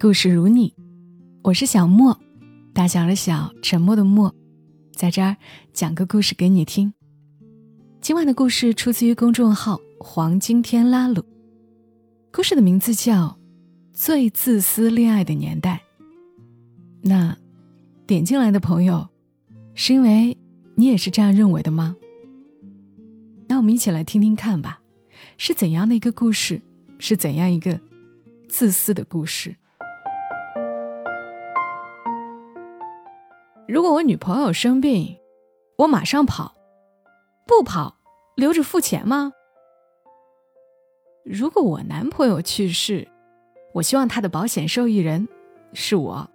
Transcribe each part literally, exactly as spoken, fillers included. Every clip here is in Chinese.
故事如你，我是小莫，大小的小，沉默的默，在这儿讲个故事给你听。今晚的故事出自于公众号黄金天拉鲁，故事的名字叫最自私恋爱的年代。那点进来的朋友，是因为你也是这样认为的吗？那我们一起来听听看吧，是怎样的一个故事，是怎样一个自私的故事。如果我女朋友生病，我马上跑，不跑留着付钱吗？如果我男朋友去世，我希望他的保险受益人是我。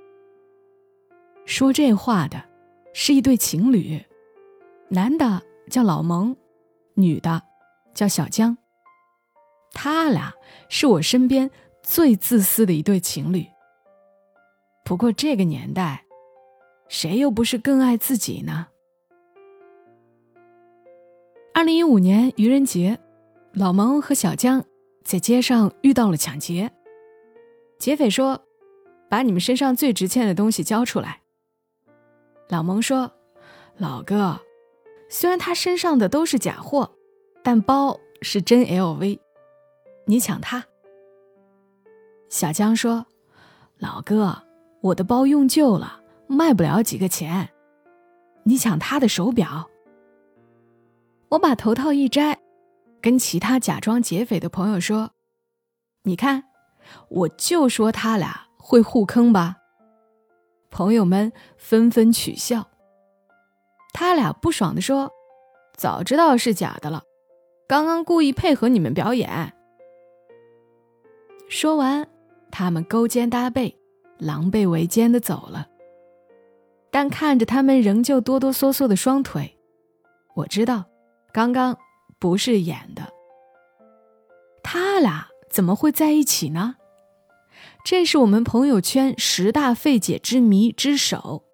说这话的是一对情侣，男的叫老蒙，女的叫小江。他俩是我身边最自私的一对情侣。不过这个年代，谁又不是更爱自己呢？二零一五年愚人节，老蒙和小江在街上遇到了抢劫。劫匪说，把你们身上最值钱的东西交出来。老蒙说，老哥，虽然他身上的都是假货，但包是真 L V， 你抢他。小江说，老哥，我的包用旧了，卖不了几个钱，你抢他的手表。我把头套一摘，跟其他假装劫匪的朋友说，你看，我就说他俩会互坑吧。朋友们纷纷取笑。他俩不爽地说，早知道是假的了，刚刚故意配合你们表演。说完，他们勾肩搭背，狼狈为奸地走了。但看着他们仍旧哆哆嗦嗦的双腿，我知道刚刚不是演的。他俩怎么会在一起呢？这是我们朋友圈十大费解之谜之首。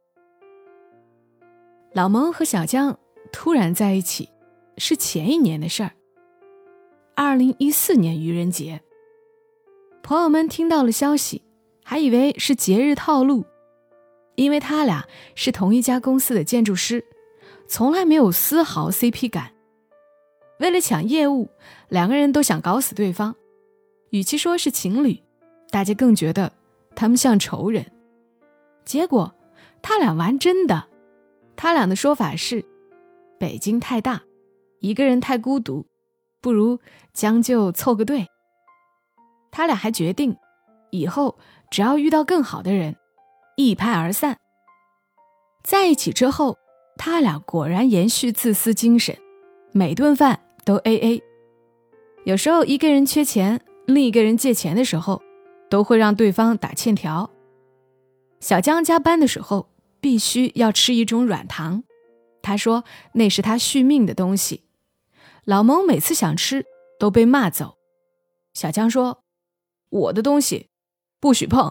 老蒙和小江突然在一起，是前一年的事儿。二零一四年愚人节，朋友们听到了消息，还以为是节日套路，因为他俩是同一家公司的建筑师，从来没有丝毫 C P 感。为了抢业务，两个人都想搞死对方，与其说是情侣，大家更觉得他们像仇人。结果他俩玩真的。他俩的说法是，北京太大，一个人太孤独，不如将就凑个对。他俩还决定，以后只要遇到更好的人，一拍而散。在一起之后，他俩果然延续自私精神，每顿饭都 A A。有时候一个人缺钱，另一个人借钱的时候，都会让对方打欠条。小江加班的时候，必须要吃一种软糖，他说那是他续命的东西。老蒙每次想吃都被骂走。小江说，我的东西不许碰。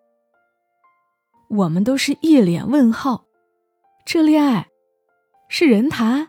我们都是一脸问号，这恋爱是人谈？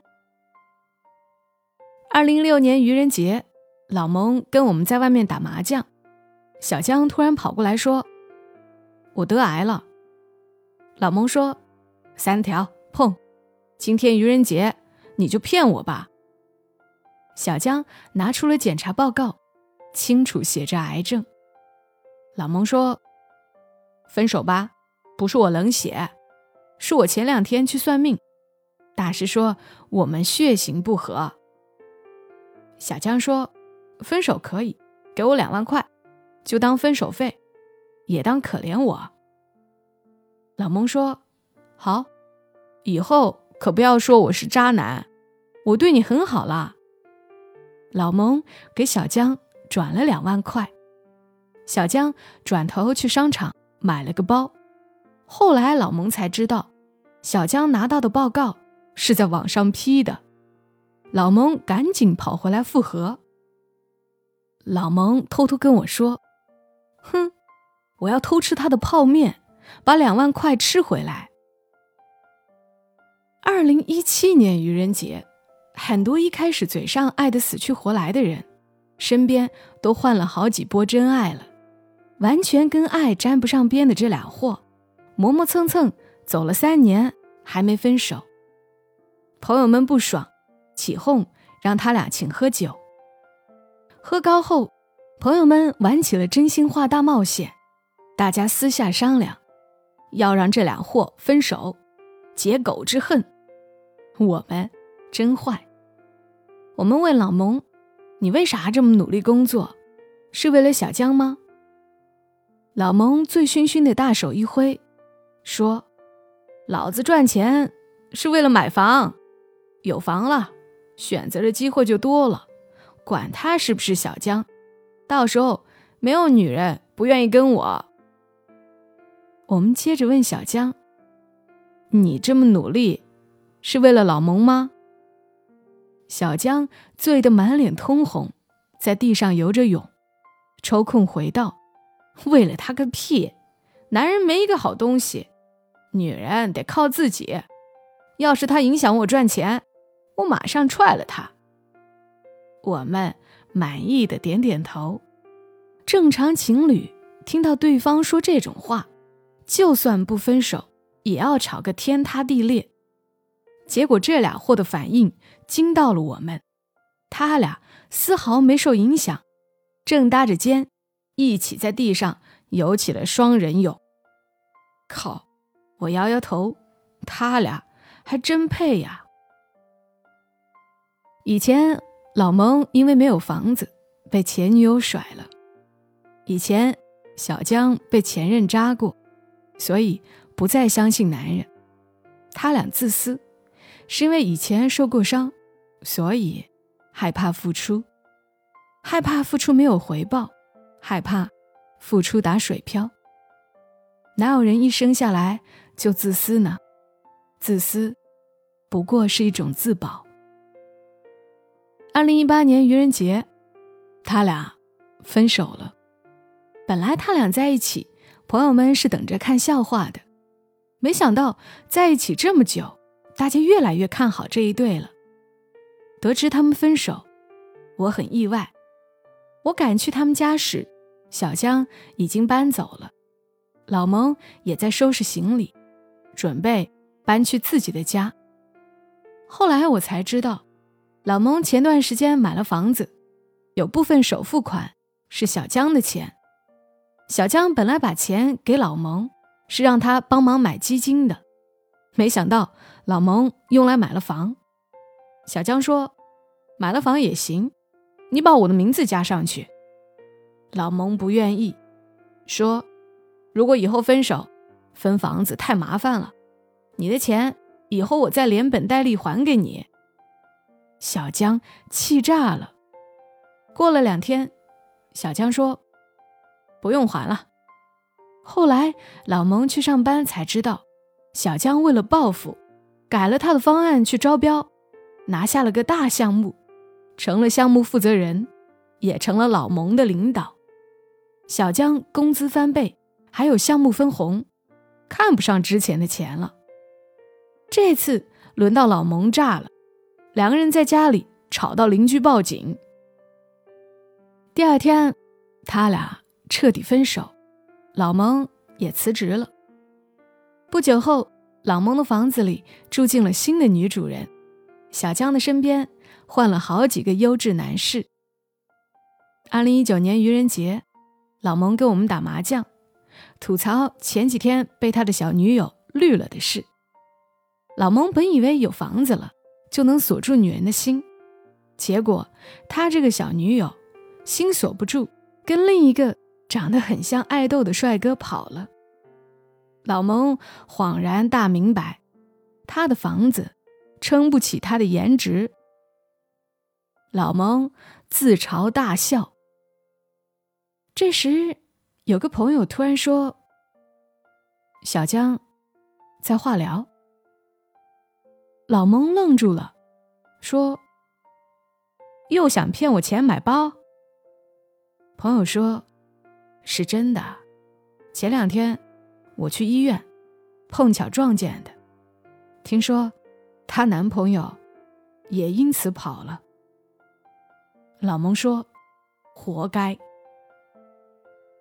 二零一六年愚人节，老蒙跟我们在外面打麻将，小江突然跑过来说，我得癌了。老蒙说，三条碰，今天愚人节你就骗我吧。小江拿出了检查报告，清楚写着癌症。老蒙说，分手吧，不是我冷血，是我前两天去算命，大师说我们血型不合。小江说，分手可以，给我两万块，就当分手费，也当可怜我。老蒙说，好，以后可不要说我是渣男，我对你很好啦。老蒙给小江转了两万块，小江转头去商场买了个包。后来老蒙才知道，小江拿到的报告是在网上批的。老蒙赶紧跑回来复合。老蒙偷偷跟我说，哼，我要偷吃他的泡面，把两万块吃回来。二零一七年愚人节，很多一开始嘴上爱得死去活来的人，身边都换了好几波真爱了。 完全跟爱沾不上边的这俩货，磨磨蹭蹭走了三年还没分手。朋友们不爽，起哄让他俩请喝酒。喝高后，朋友们玩起了真心话大冒险，大家私下商量，要让这俩货分手，解狗之恨。我们真坏。我们问老蒙，你为啥这么努力工作？是为了小江吗？老蒙醉醺醺的大手一挥，说，老子赚钱是为了买房，有房了，选择的机会就多了，管他是不是小江，到时候没有女人不愿意跟我。我们接着问小江，你这么努力是为了老蒙吗？小江醉得满脸通红，在地上游着泳，抽空回道，为了他个屁，男人没一个好东西，女人得靠自己，要是他影响我赚钱，我马上踹了他。我们满意的点点头。正常情侣听到对方说这种话，就算不分手也要吵个天塌地裂。结果这俩货的反应惊到了我们，他俩丝毫没受影响，正搭着肩一起在地上游起了双人泳。靠，我摇摇头，他俩还真配呀。以前老蒙因为没有房子被前女友甩了，以前小江被前任扎过，所以不再相信男人。他俩自私，是因为以前受过伤，所以害怕付出，害怕付出没有回报，害怕付出打水漂。哪有人一生下来就自私呢？自私不过是一种自保。二零一八年愚人节，他俩分手了。本来他俩在一起，朋友们是等着看笑话的，没想到在一起这么久，大家越来越看好这一对了。得知他们分手，我很意外。我赶去他们家时，小江已经搬走了，老蒙也在收拾行李，准备搬去自己的家。后来我才知道，老蒙前段时间买了房子，有部分首付款是小江的钱。小江本来把钱给老蒙，是让他帮忙买基金的，没想到老蒙用来买了房。小江说，买了房也行，你把我的名字加上去。老蒙不愿意，说，如果以后分手，分房子太麻烦了，你的钱以后我再连本带利还给你。小江气炸了。过了两天，小江说，不用还了。后来老蒙去上班才知道，小江为了报复，改了他的方案去招标，拿下了个大项目，成了项目负责人，也成了老蒙的领导。小江工资翻倍，还有项目分红，看不上之前的钱了。这次轮到老蒙炸了，两个人在家里吵到邻居报警。第二天，他俩彻底分手，老蒙也辞职了。不久后，老蒙的房子里住进了新的女主人，小江的身边换了好几个优质男士。二零一九年愚人节，老蒙跟我们打麻将，吐槽前几天被他的小女友绿了的事。老蒙本以为有房子了就能锁住女人的心，结果他这个小女友心锁不住，跟另一个长得很像爱豆的帅哥跑了。老蒙恍然大明白，他的房子撑不起他的颜值。老蒙自嘲大笑。这时有个朋友突然说，小江在化疗。老蒙愣住了，说，又想骗我钱买包？朋友说，是真的，前两天我去医院碰巧撞见的，听说她男朋友也因此跑了。老蒙说，活该。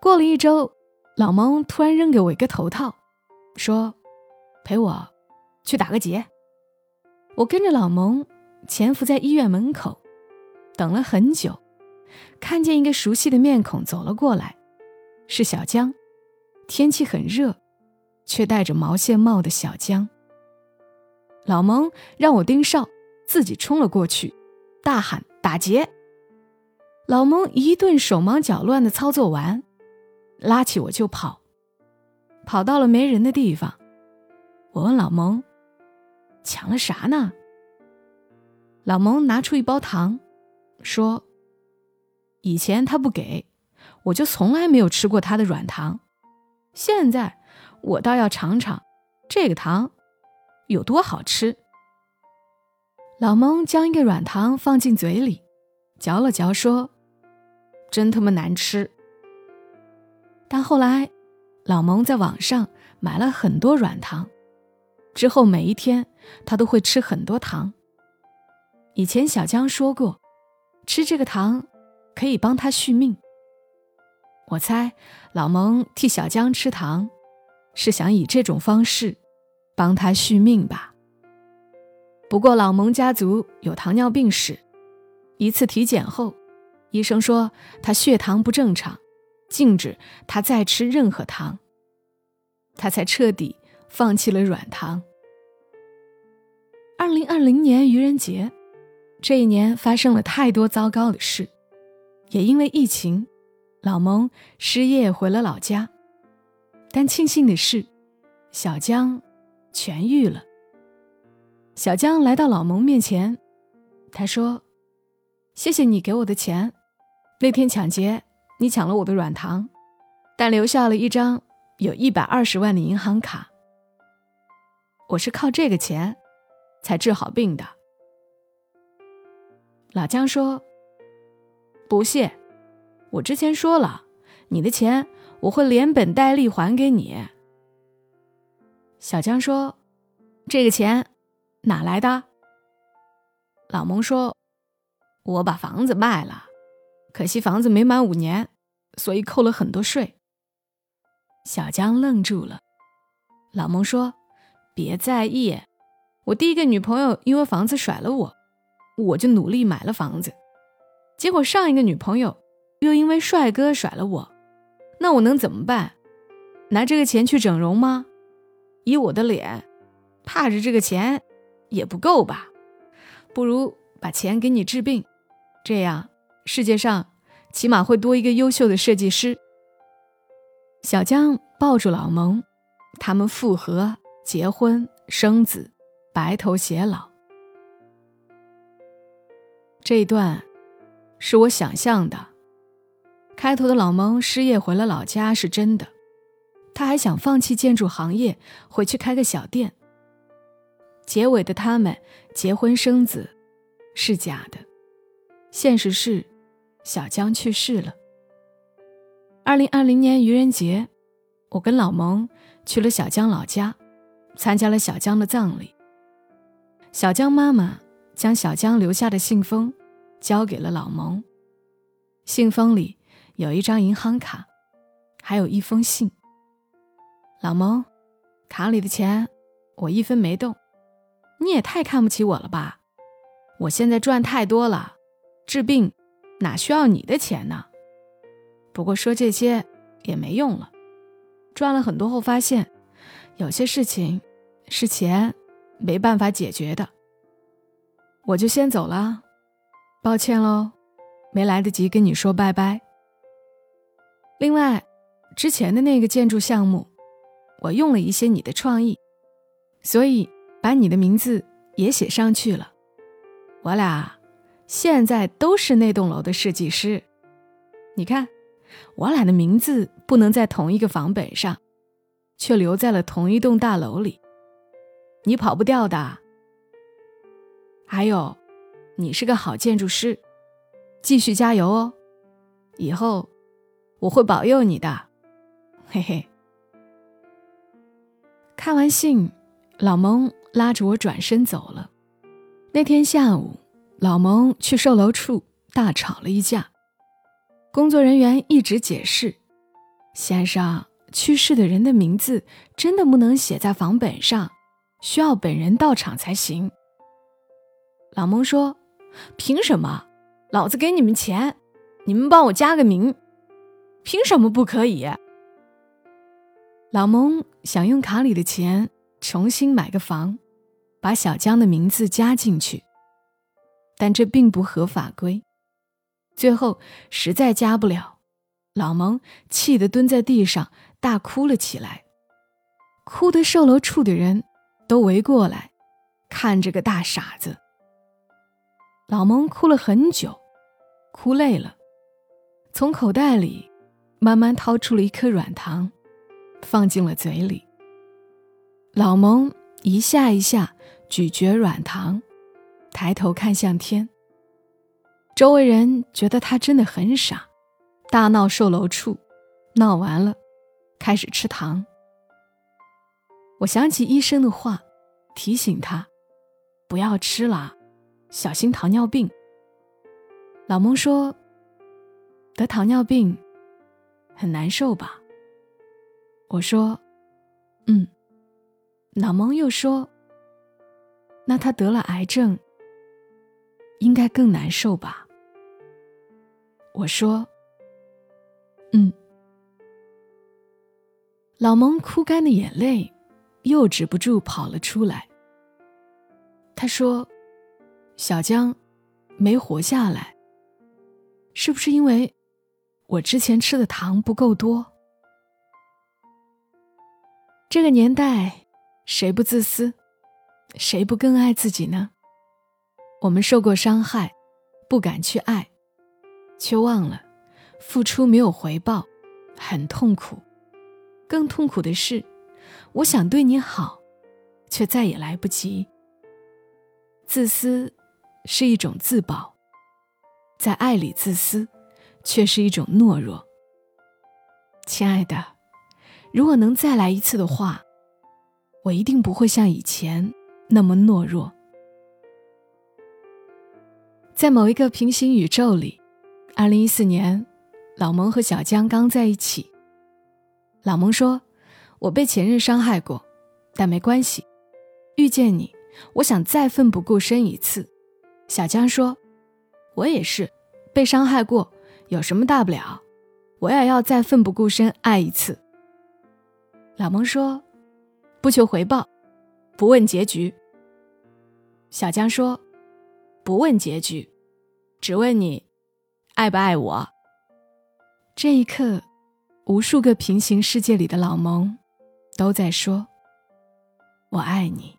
过了一周，老蒙突然扔给我一个头套，说陪我去打个结。我跟着老蒙潜伏在医院门口，等了很久，看见一个熟悉的面孔走了过来，是小江。天气很热，却戴着毛线帽的小江。老蒙让我盯梢，自己冲了过去，大喊打结。老蒙一顿手忙脚乱的操作完，拉起我就跑。跑到了没人的地方，我问老蒙抢了啥呢？老蒙拿出一包糖，说以前他不给，我就从来没有吃过他的软糖，现在我倒要尝尝这个糖有多好吃。老蒙将一个软糖放进嘴里，嚼了嚼，说真他妈难吃。但后来老蒙在网上买了很多软糖，之后每一天他都会吃很多糖。以前小江说过，吃这个糖可以帮他续命。我猜老蒙替小江吃糖，是想以这种方式帮他续命吧。不过老蒙家族有糖尿病史，一次体检后，医生说他血糖不正常，禁止他再吃任何糖，他才彻底放弃了软糖。二零二零年愚人节，这一年发生了太多糟糕的事，也因为疫情，老蒙失业回了老家。但庆幸的是，小江痊愈了。小江来到老蒙面前，他说谢谢你给我的钱，那天抢劫你抢了我的软糖，但留下了一张有一百二十万的银行卡，我是靠这个钱才治好病的。老江说不谢，我之前说了，你的钱我会连本带利还给你。小江说这个钱哪来的？老蒙说我把房子卖了，可惜房子没满五年，所以扣了很多税。小江愣住了。老蒙说别在意，我第一个女朋友因为房子甩了我，我就努力买了房子，结果上一个女朋友又因为帅哥甩了我，那我能怎么办？拿这个钱去整容吗？以我的脸，怕是这个钱也不够吧，不如把钱给你治病，这样世界上起码会多一个优秀的设计师。小江抱住老蒙，他们复合、结婚、生子，白头偕老。这一段是我想象的，开头的老蒙失业回了老家是真的，他还想放弃建筑行业，回去开个小店。结尾的他们结婚生子是假的，现实是小江去世了。二零二零年愚人节，我跟老蒙去了小江老家，参加了小江的葬礼。小江妈妈将小江留下的信封交给了老蒙，信封里有一张银行卡，还有一封信。老蒙，卡里的钱我一分没动，你也太看不起我了吧？我现在赚太多了，治病哪需要你的钱呢？不过说这些也没用了，赚了很多后发现，有些事情是钱没办法解决的。我就先走了，抱歉咯，没来得及跟你说拜拜。另外，之前的那个建筑项目，我用了一些你的创意，所以把你的名字也写上去了。我俩现在都是那栋楼的设计师。你看，我俩的名字不能在同一个房本上，却留在了同一栋大楼里，你跑不掉的。还有，你是个好建筑师，继续加油哦，以后我会保佑你的，嘿嘿。看完信，老蒙拉着我转身走了。那天下午，老蒙去售楼处大吵了一架，工作人员一直解释， 先生，去世的人的名字真的不能写在房本上，需要本人到场才行。老蒙说，凭什么？老子给你们钱，你们帮我加个名，凭什么不可以？老蒙想用卡里的钱重新买个房，把小江的名字加进去，但这并不合法规。最后实在加不了，老蒙气得蹲在地上大哭了起来，哭得售楼处的人都围过来看这个大傻子。老蒙哭了很久，哭累了，从口袋里慢慢掏出了一颗软糖，放进了嘴里。老蒙一下一下咀嚼软糖，抬头看向天。周围人觉得他真的很傻，大闹售楼处，闹完了开始吃糖。我想起医生的话，提醒他不要吃了，小心糖尿病。老蒙说，得糖尿病很难受吧？我说，嗯。老蒙又说，那他得了癌症应该更难受吧？我说，嗯。老蒙哭干的眼泪又止不住跑了出来。他说，小江没活下来，是不是因为我之前吃的糖不够多？这个年代谁不自私，谁不更爱自己呢？我们受过伤害，不敢去爱，却忘了付出没有回报，很痛苦。更痛苦的是，我想对你好，却再也来不及。自私是一种自保，在爱里自私却是一种懦弱。亲爱的，如果能再来一次的话，我一定不会像以前那么懦弱。在某一个平行宇宙里，二零一四年，老蒙和小江刚在一起。老蒙说，我被前任伤害过，但没关系，遇见你，我想再奋不顾身一次。小江说，我也是，被伤害过，有什么大不了，我也要再奋不顾身爱一次。老蒙说，不求回报，不问结局。小江说，不问结局，只问你爱不爱我。这一刻，无数个平行世界里的老蒙都在说，我爱你。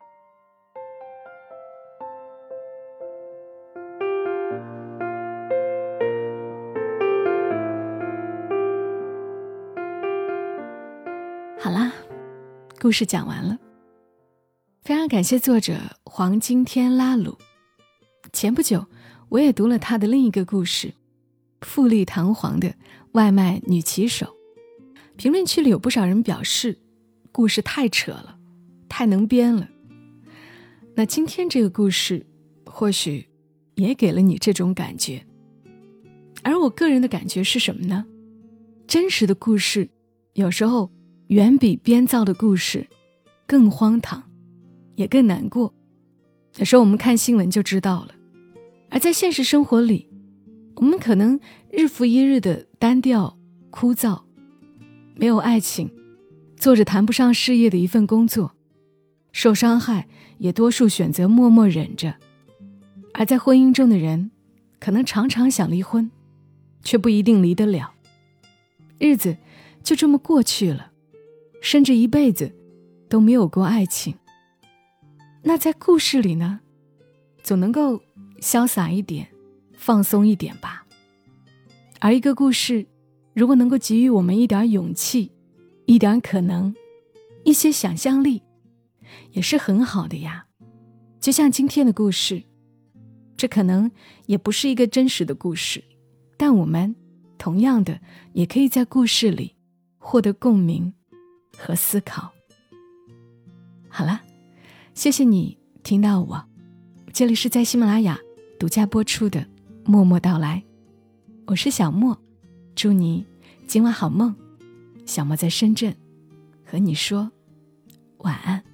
好啦，故事讲完了。非常感谢作者黄金天拉鲁。前不久我也读了他的另一个故事，富丽堂皇的外卖女骑手。评论区里有不少人表示，故事太扯了，太能编了。那今天这个故事或许也给了你这种感觉。而我个人的感觉是什么呢？真实的故事有时候远比编造的故事更荒唐，也更难过。有时候我们看新闻就知道了。而在现实生活里，我们可能日复一日的单调枯燥，没有爱情，做着谈不上事业的一份工作，受伤害也多数选择默默忍着。而在婚姻中的人可能常常想离婚，却不一定离得了。日子就这么过去了，甚至一辈子都没有过爱情。那在故事里呢，总能够潇洒一点，放松一点吧。而一个故事如果能够给予我们一点勇气，一点可能，一些想象力，也是很好的呀。就像今天的故事，这可能也不是一个真实的故事，但我们同样的也可以在故事里获得共鸣和思考。好了，谢谢你听到我，这里是在喜马拉雅独家播出的默默到来，我是小莫，祝你今晚好梦， 小莫在深圳和你说晚安。